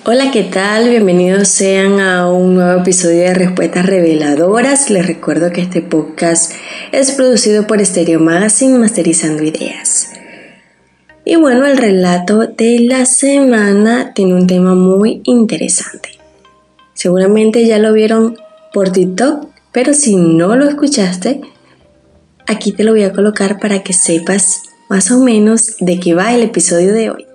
Hola, ¿qué tal? Bienvenidos sean a un nuevo episodio de Respuestas Reveladoras. Les recuerdo que este podcast es producido por Stereo Magazine, masterizando ideas. Y bueno, el relato de la semana tiene un tema muy interesante. Seguramente ya lo vieron por TikTok, pero si no lo escuchaste, aquí te lo voy a colocar para que sepas más o menos de qué va el episodio de hoy.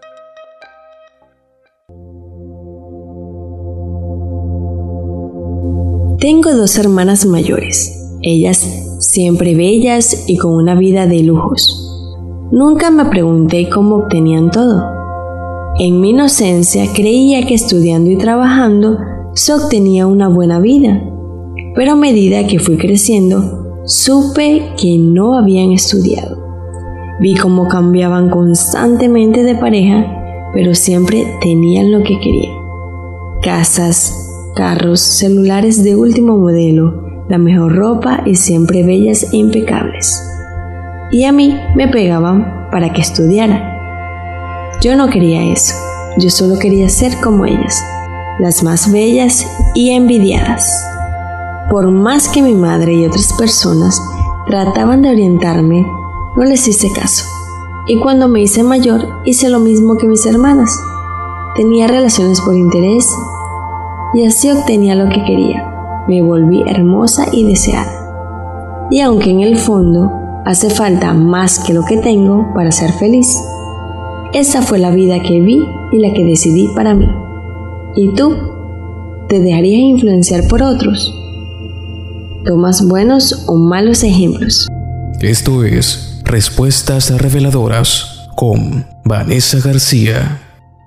Tengo 2 hermanas mayores, ellas siempre bellas y con una vida de lujos. Nunca me pregunté cómo obtenían todo. En mi inocencia creía que estudiando y trabajando se obtenía una buena vida, pero a medida que fui creciendo, supe que no habían estudiado. Vi cómo cambiaban constantemente de pareja, pero siempre tenían lo que querían: casas, carros, celulares de último modelo, la mejor ropa y siempre bellas e impecables. Y a mí me pegaban para que estudiara. Yo no quería eso, yo solo quería ser como ellas, las más bellas y envidiadas. Por más que mi madre y otras personas trataban de orientarme, no les hice caso. Y cuando me hice mayor, hice lo mismo que mis hermanas. Tenía relaciones por interés, y así obtenía lo que quería. Me volví hermosa y deseada. Y aunque en el fondo hace falta más que lo que tengo para ser feliz, esa fue la vida que vi y la que decidí para mí. ¿Y tú? ¿Te dejarías influenciar por otros? ¿Tomas buenos o malos ejemplos? Esto es Respuestas Reveladoras con Vanessa García.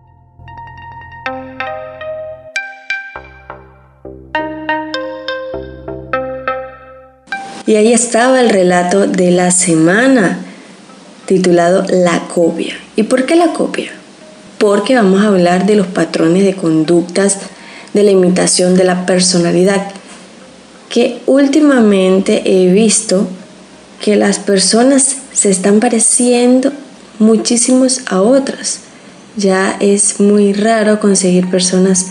Y ahí estaba el relato de la semana, titulado La copia. ¿Y por qué la copia? Porque vamos a hablar de los patrones de conductas, de la imitación de la personalidad, que últimamente he visto que las personas se están pareciendo muchísimos a otras. Ya es muy raro conseguir personas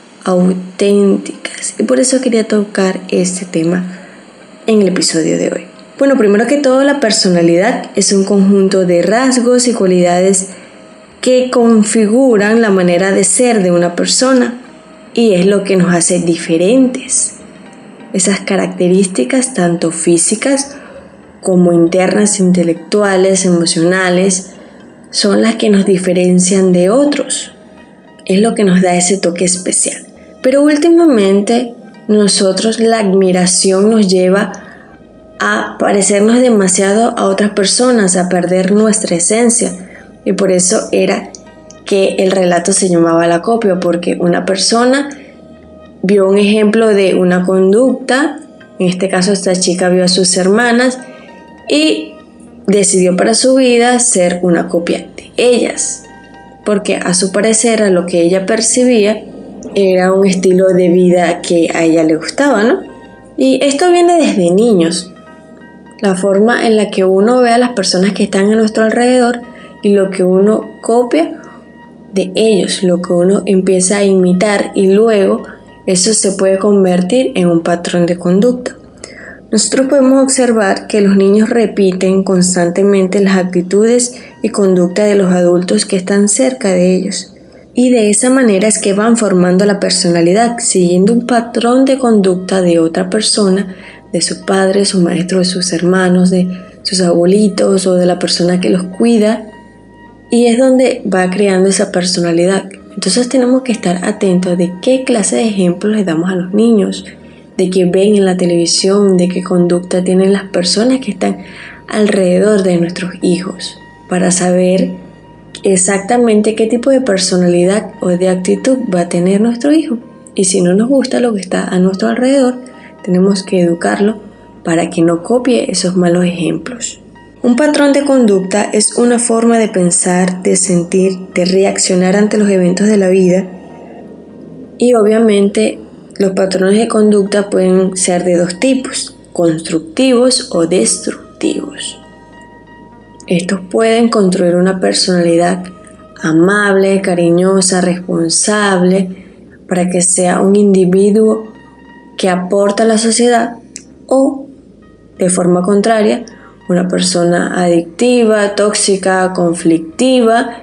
auténticas, y por eso quería tocar este tema en el episodio de hoy. Bueno, primero que todo, la personalidad es un conjunto de rasgos y cualidades que configuran la manera de ser de una persona, y es lo que nos hace diferentes. Esas características, tanto físicas como internas, intelectuales, emocionales, son las que nos diferencian de otros. Es lo que nos da ese toque especial. Pero últimamente nosotros, la admiración nos lleva a parecernos demasiado a otras personas, a perder nuestra esencia. Y por eso era que el relato se llamaba La copia, porque una persona vio un ejemplo de una conducta, en este caso esta chica vio a sus hermanas y decidió para su vida ser una copia de ellas, porque a su parecer, a lo que ella percibía, era un estilo de vida que a ella le gustaba, ¿no? Y esto viene desde niños. La forma en la que uno ve a las personas que están a nuestro alrededor y lo que uno copia de ellos, lo que uno empieza a imitar, y luego eso se puede convertir en un patrón de conducta. Nosotros podemos observar que los niños repiten constantemente las actitudes y conducta de los adultos que están cerca de ellos. Y de esa manera es que van formando la personalidad, siguiendo un patrón de conducta de otra persona, de su padre, su maestro, de sus hermanos, de sus abuelitos o de la persona que los cuida. Y es donde va creando esa personalidad. Entonces tenemos que estar atentos de qué clase de ejemplos les damos a los niños, de qué ven en la televisión, de qué conducta tienen las personas que están alrededor de nuestros hijos, para saber exactamente qué tipo de personalidad o de actitud va a tener nuestro hijo. Y si no nos gusta lo que está a nuestro alrededor, tenemos que educarlo para que no copie esos malos ejemplos. Un patrón de conducta es una forma de pensar, de sentir, de reaccionar ante los eventos de la vida. Y obviamente los patrones de conducta pueden ser de 2 tipos: constructivos o destructivos. Estos pueden construir una personalidad amable, cariñosa, responsable, para que sea un individuo que aporta a la sociedad, o de forma contraria, una persona adictiva, tóxica, conflictiva,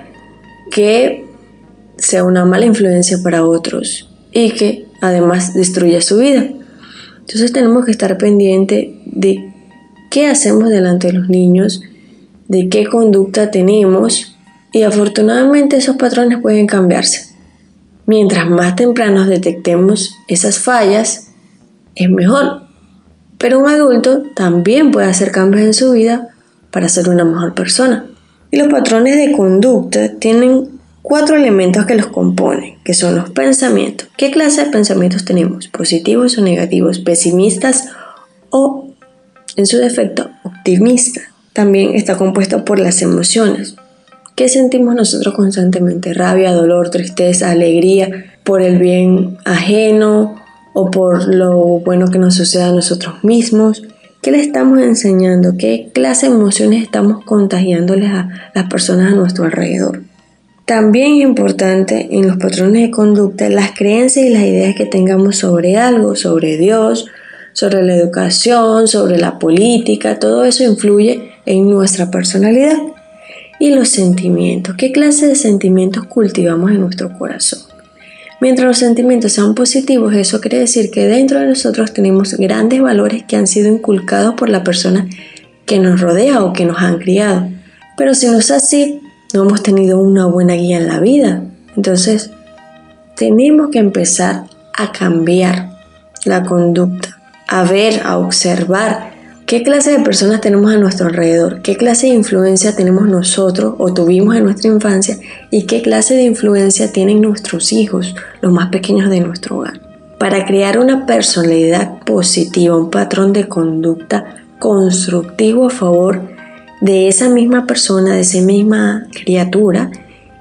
que sea una mala influencia para otros y que además destruya su vida. Entonces tenemos que estar pendientes de qué hacemos delante de los niños, de qué conducta tenemos, y afortunadamente esos patrones pueden cambiarse. Mientras más temprano detectemos esas fallas, es mejor. Pero un adulto también puede hacer cambios en su vida para ser una mejor persona. Y los patrones de conducta tienen 4 elementos que los componen, que son los pensamientos. ¿Qué clase de pensamientos tenemos? ¿Positivos o negativos? ¿Pesimistas o, en su defecto, optimistas? También está compuesto por las emociones. ¿Qué sentimos nosotros constantemente? Rabia, dolor, tristeza, alegría, por el bien ajeno o por lo bueno que nos suceda a nosotros mismos. ¿Qué le estamos enseñando? ¿Qué clase de emociones estamos contagiándoles a las personas a nuestro alrededor? También es importante en los patrones de conducta las creencias y las ideas que tengamos sobre algo, sobre Dios, sobre la educación, sobre la política. Todo eso influye en nuestra personalidad. Y los sentimientos. ¿Qué clase de sentimientos cultivamos en nuestro corazón? Mientras los sentimientos sean positivos, eso quiere decir que dentro de nosotros tenemos grandes valores que han sido inculcados por la persona que nos rodea o que nos han criado. Pero si no es así, no hemos tenido una buena guía en la vida. Entonces, tenemos que empezar a cambiar la conducta, a ver, a observar qué clase de personas tenemos a nuestro alrededor, qué clase de influencia tenemos nosotros o tuvimos en nuestra infancia y qué clase de influencia tienen nuestros hijos, los más pequeños de nuestro hogar. Para crear una personalidad positiva, un patrón de conducta constructivo a favor de esa misma persona, de esa misma criatura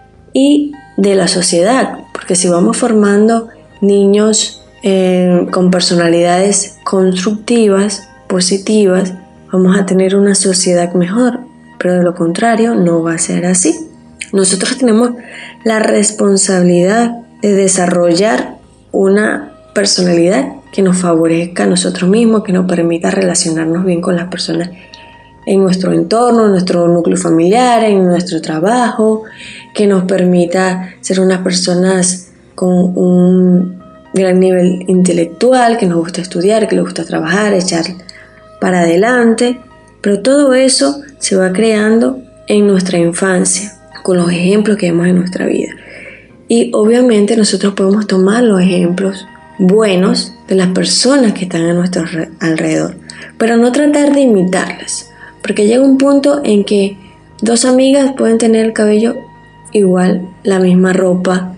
y de la sociedad, porque si vamos formando niños con personalidades constructivas, positivas, vamos a tener una sociedad mejor, pero de lo contrario no va a ser así. Nosotros tenemos la responsabilidad de desarrollar una personalidad que nos favorezca a nosotros mismos, que nos permita relacionarnos bien con las personas en nuestro entorno, en nuestro núcleo familiar, en nuestro trabajo, que nos permita ser unas personas con un gran nivel intelectual, que nos gusta estudiar, que nos gusta trabajar, echar para adelante. Pero todo eso se va creando en nuestra infancia, con los ejemplos que vemos en nuestra vida. Y obviamente nosotros podemos tomar los ejemplos buenos de las personas que están a nuestro alrededor, pero no tratar de imitarlas, porque llega un punto en que 2 amigas pueden tener el cabello igual, la misma ropa,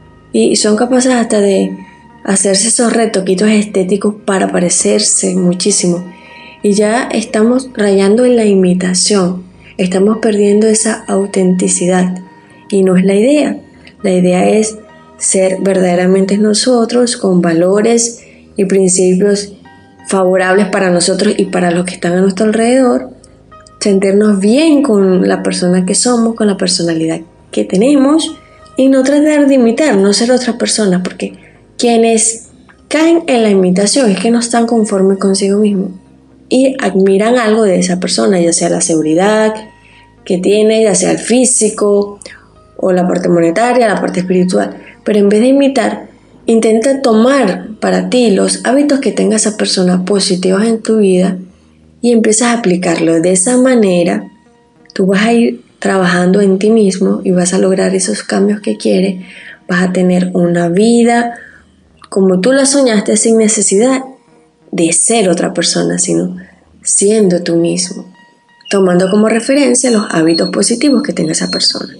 y son capaces hasta de hacerse esos retoquitos estéticos para parecerse muchísimo. Y ya estamos rayando en la imitación, estamos perdiendo esa autenticidad y no es la idea. La idea es ser verdaderamente nosotros, con valores y principios favorables para nosotros y para los que están a nuestro alrededor, sentirnos bien con la persona que somos, con la personalidad que tenemos y no tratar de imitar, no ser otras personas, porque quienes caen en la imitación es que no están conformes consigo mismos y admiran algo de esa persona, ya sea la seguridad que tiene, ya sea el físico o la parte monetaria, la parte espiritual. Pero en vez de imitar, intenta tomar para ti los hábitos que tenga esa persona positivos en tu vida y empiezas a aplicarlo. De esa manera, tú vas a ir trabajando en ti mismo y vas a lograr esos cambios que quieres. Vas a tener una vida como tú la soñaste, sin necesidad de ser otra persona, sino siendo tú mismo, tomando como referencia los hábitos positivos que tenga esa persona.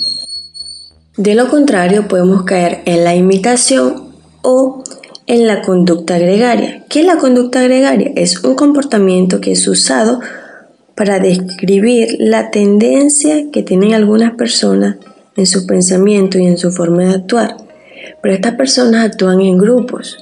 De lo contrario, podemos caer en la imitación o en la conducta gregaria. ¿Qué es la conducta gregaria? Es un comportamiento que es usado para describir la tendencia que tienen algunas personas en su pensamiento y en su forma de actuar. Pero estas personas actúan en grupos.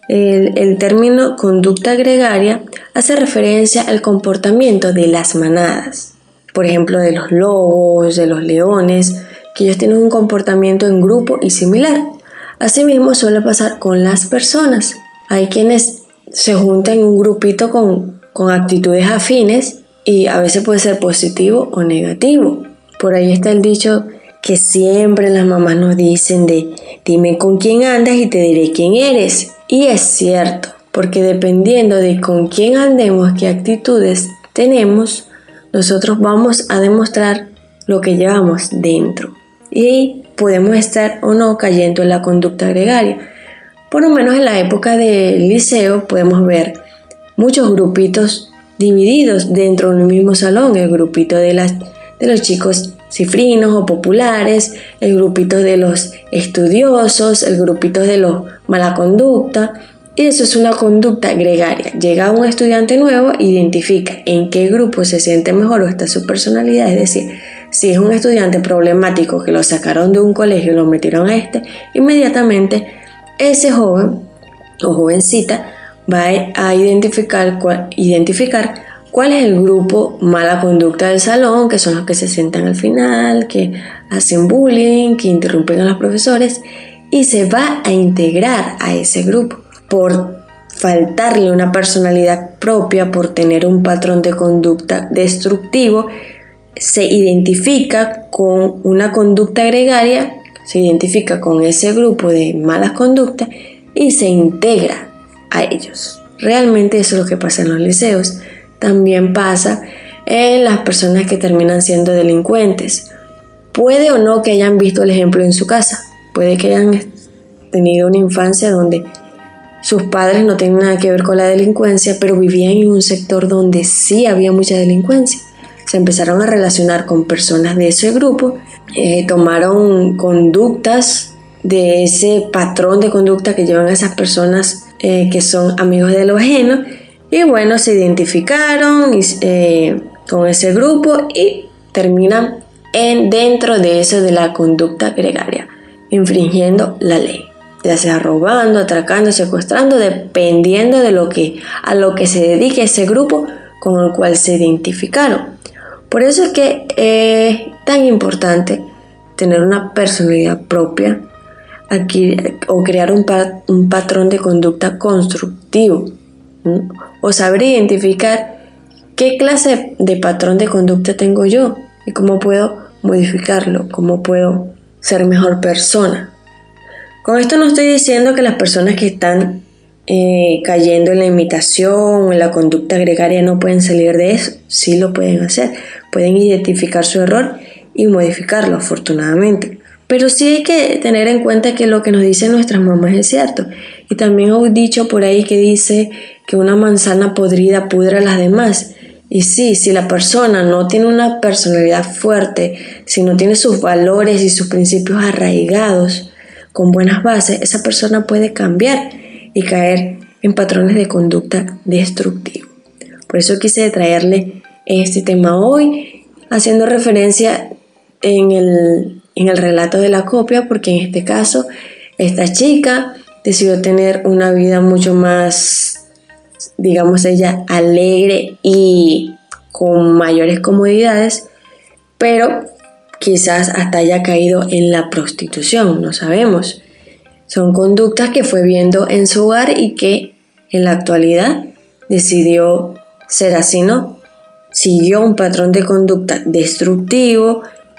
El término conducta gregaria hace referencia al comportamiento de las manadas, por ejemplo de los lobos, de los leones, que ellos tienen un comportamiento en grupo y similar. Asimismo suele pasar con las personas. Hay quienes se juntan en un grupito con actitudes afines y a veces puede ser positivo o negativo. Por ahí está el dicho que siempre las mamás nos dicen de dime con quién andas y te diré quién eres. Y es cierto, porque dependiendo de con quién andemos, qué actitudes tenemos, nosotros vamos a demostrar lo que llevamos dentro. Y podemos estar o no cayendo en la conducta gregaria. Por lo menos en la época del liceo podemos ver muchos grupitos divididos dentro del mismo salón. El grupito de los chicos cifrinos o populares, el grupito de los estudiosos, el grupito de los mala conducta. Y eso es una conducta gregaria. Llega un estudiante nuevo, identifica en qué grupo se siente mejor o está su personalidad, es decir, si es un estudiante problemático que lo sacaron de un colegio y lo metieron a inmediatamente ese joven o jovencita va a identificar cuál es el grupo mala conducta del salón, que son los que se sientan al final, que hacen bullying, que interrumpen a los profesores, y se va a integrar a ese grupo. Por faltarle una personalidad propia, por tener un patrón de conducta destructivo, se identifica con una conducta gregaria, se identifica con ese grupo de malas conductas y se integra a ellos. Realmente eso es lo que pasa en los liceos. También pasa en las personas que terminan siendo delincuentes. Puede o no que hayan visto el ejemplo en su casa, puede que hayan tenido una infancia donde sus padres no tenían nada que ver con la delincuencia, pero vivían en un sector donde sí había mucha delincuencia. Se empezaron a relacionar con personas de ese grupo, tomaron conductas de ese patrón de conducta que llevan a esas personas que son amigos de lo ajeno, y bueno, se identificaron con ese grupo y terminan dentro de eso de la conducta gregaria, infringiendo la ley, ya sea robando, atracando, secuestrando, dependiendo de a lo que se dedique ese grupo con el cual se identificaron. Por eso es que es tan importante tener una personalidad propia o crear un patrón de conducta constructivo, ¿no? O saber identificar qué clase de patrón de conducta tengo yo y cómo puedo modificarlo, cómo puedo ser mejor persona. Con esto no estoy diciendo que las personas que están cayendo en la imitación o en la conducta gregaria no pueden salir de eso. Sí lo pueden hacer, pueden identificar su error y modificarlo, afortunadamente. Pero sí hay que tener en cuenta que lo que nos dicen nuestras mamás es cierto. Y también hay un dicho por ahí que dice que una manzana podrida pudre a las demás. Y sí, si la persona no tiene una personalidad fuerte, si no tiene sus valores y sus principios arraigados con buenas bases, esa persona puede cambiar y caer en patrones de conducta destructivos. Por eso quise traerle este tema hoy, haciendo referencia en el relato de la copia, porque en este caso esta chica decidió tener una vida mucho más, digamos ella, alegre y con mayores comodidades, pero quizás hasta haya caído en la prostitución, no sabemos. Son conductas que fue viendo en su hogar y que en la actualidad decidió ser así, ¿no? Siguió un patrón de conducta destructivo,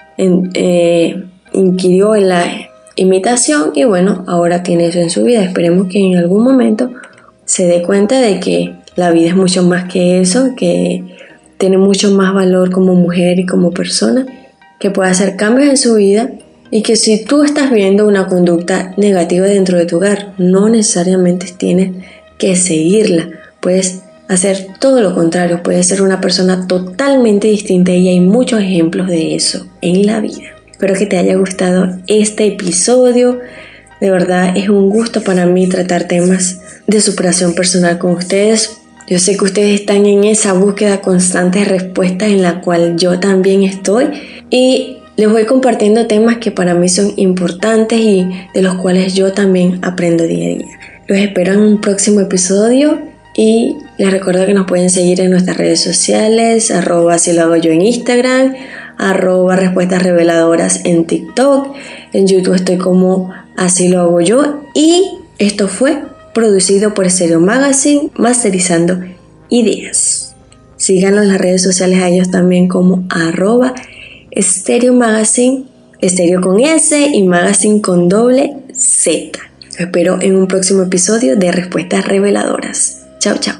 inquirió en la imitación y bueno, ahora tiene eso en su vida. Esperemos que en algún momento se dé cuenta de que la vida es mucho más que eso, que tiene mucho más valor como mujer y como persona, que puede hacer cambios en su vida y que si tú estás viendo una conducta negativa dentro de tu hogar, no necesariamente tienes que seguirla, puedes hacer todo lo contrario, puedes ser una persona totalmente distinta y hay muchos ejemplos de eso en la vida. Espero que te haya gustado este episodio. De verdad es un gusto para mí tratar temas de superación personal con ustedes. Yo sé que ustedes están en esa búsqueda constante de respuestas en la cual yo también estoy y les voy compartiendo temas que para mí son importantes y de los cuales yo también aprendo día a día. Los espero en un próximo episodio y les recuerdo que nos pueden seguir en nuestras redes sociales, @silohagoyo en Instagram, @respuestas reveladoras en TikTok. En YouTube estoy como Así Lo Hago Yo. Y esto fue producido por Stereo Magazine, masterizando ideas. Síganlo en las redes sociales a ellos también como @Stereo Magazine, Stereo con S y Magazine con doble Z. Los espero en un próximo episodio de Respuestas Reveladoras. Chao, chao.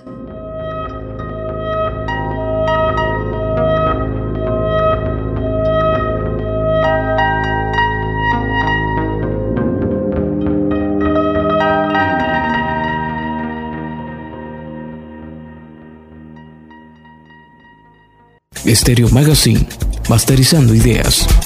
Stereo Magazine, masterizando ideas.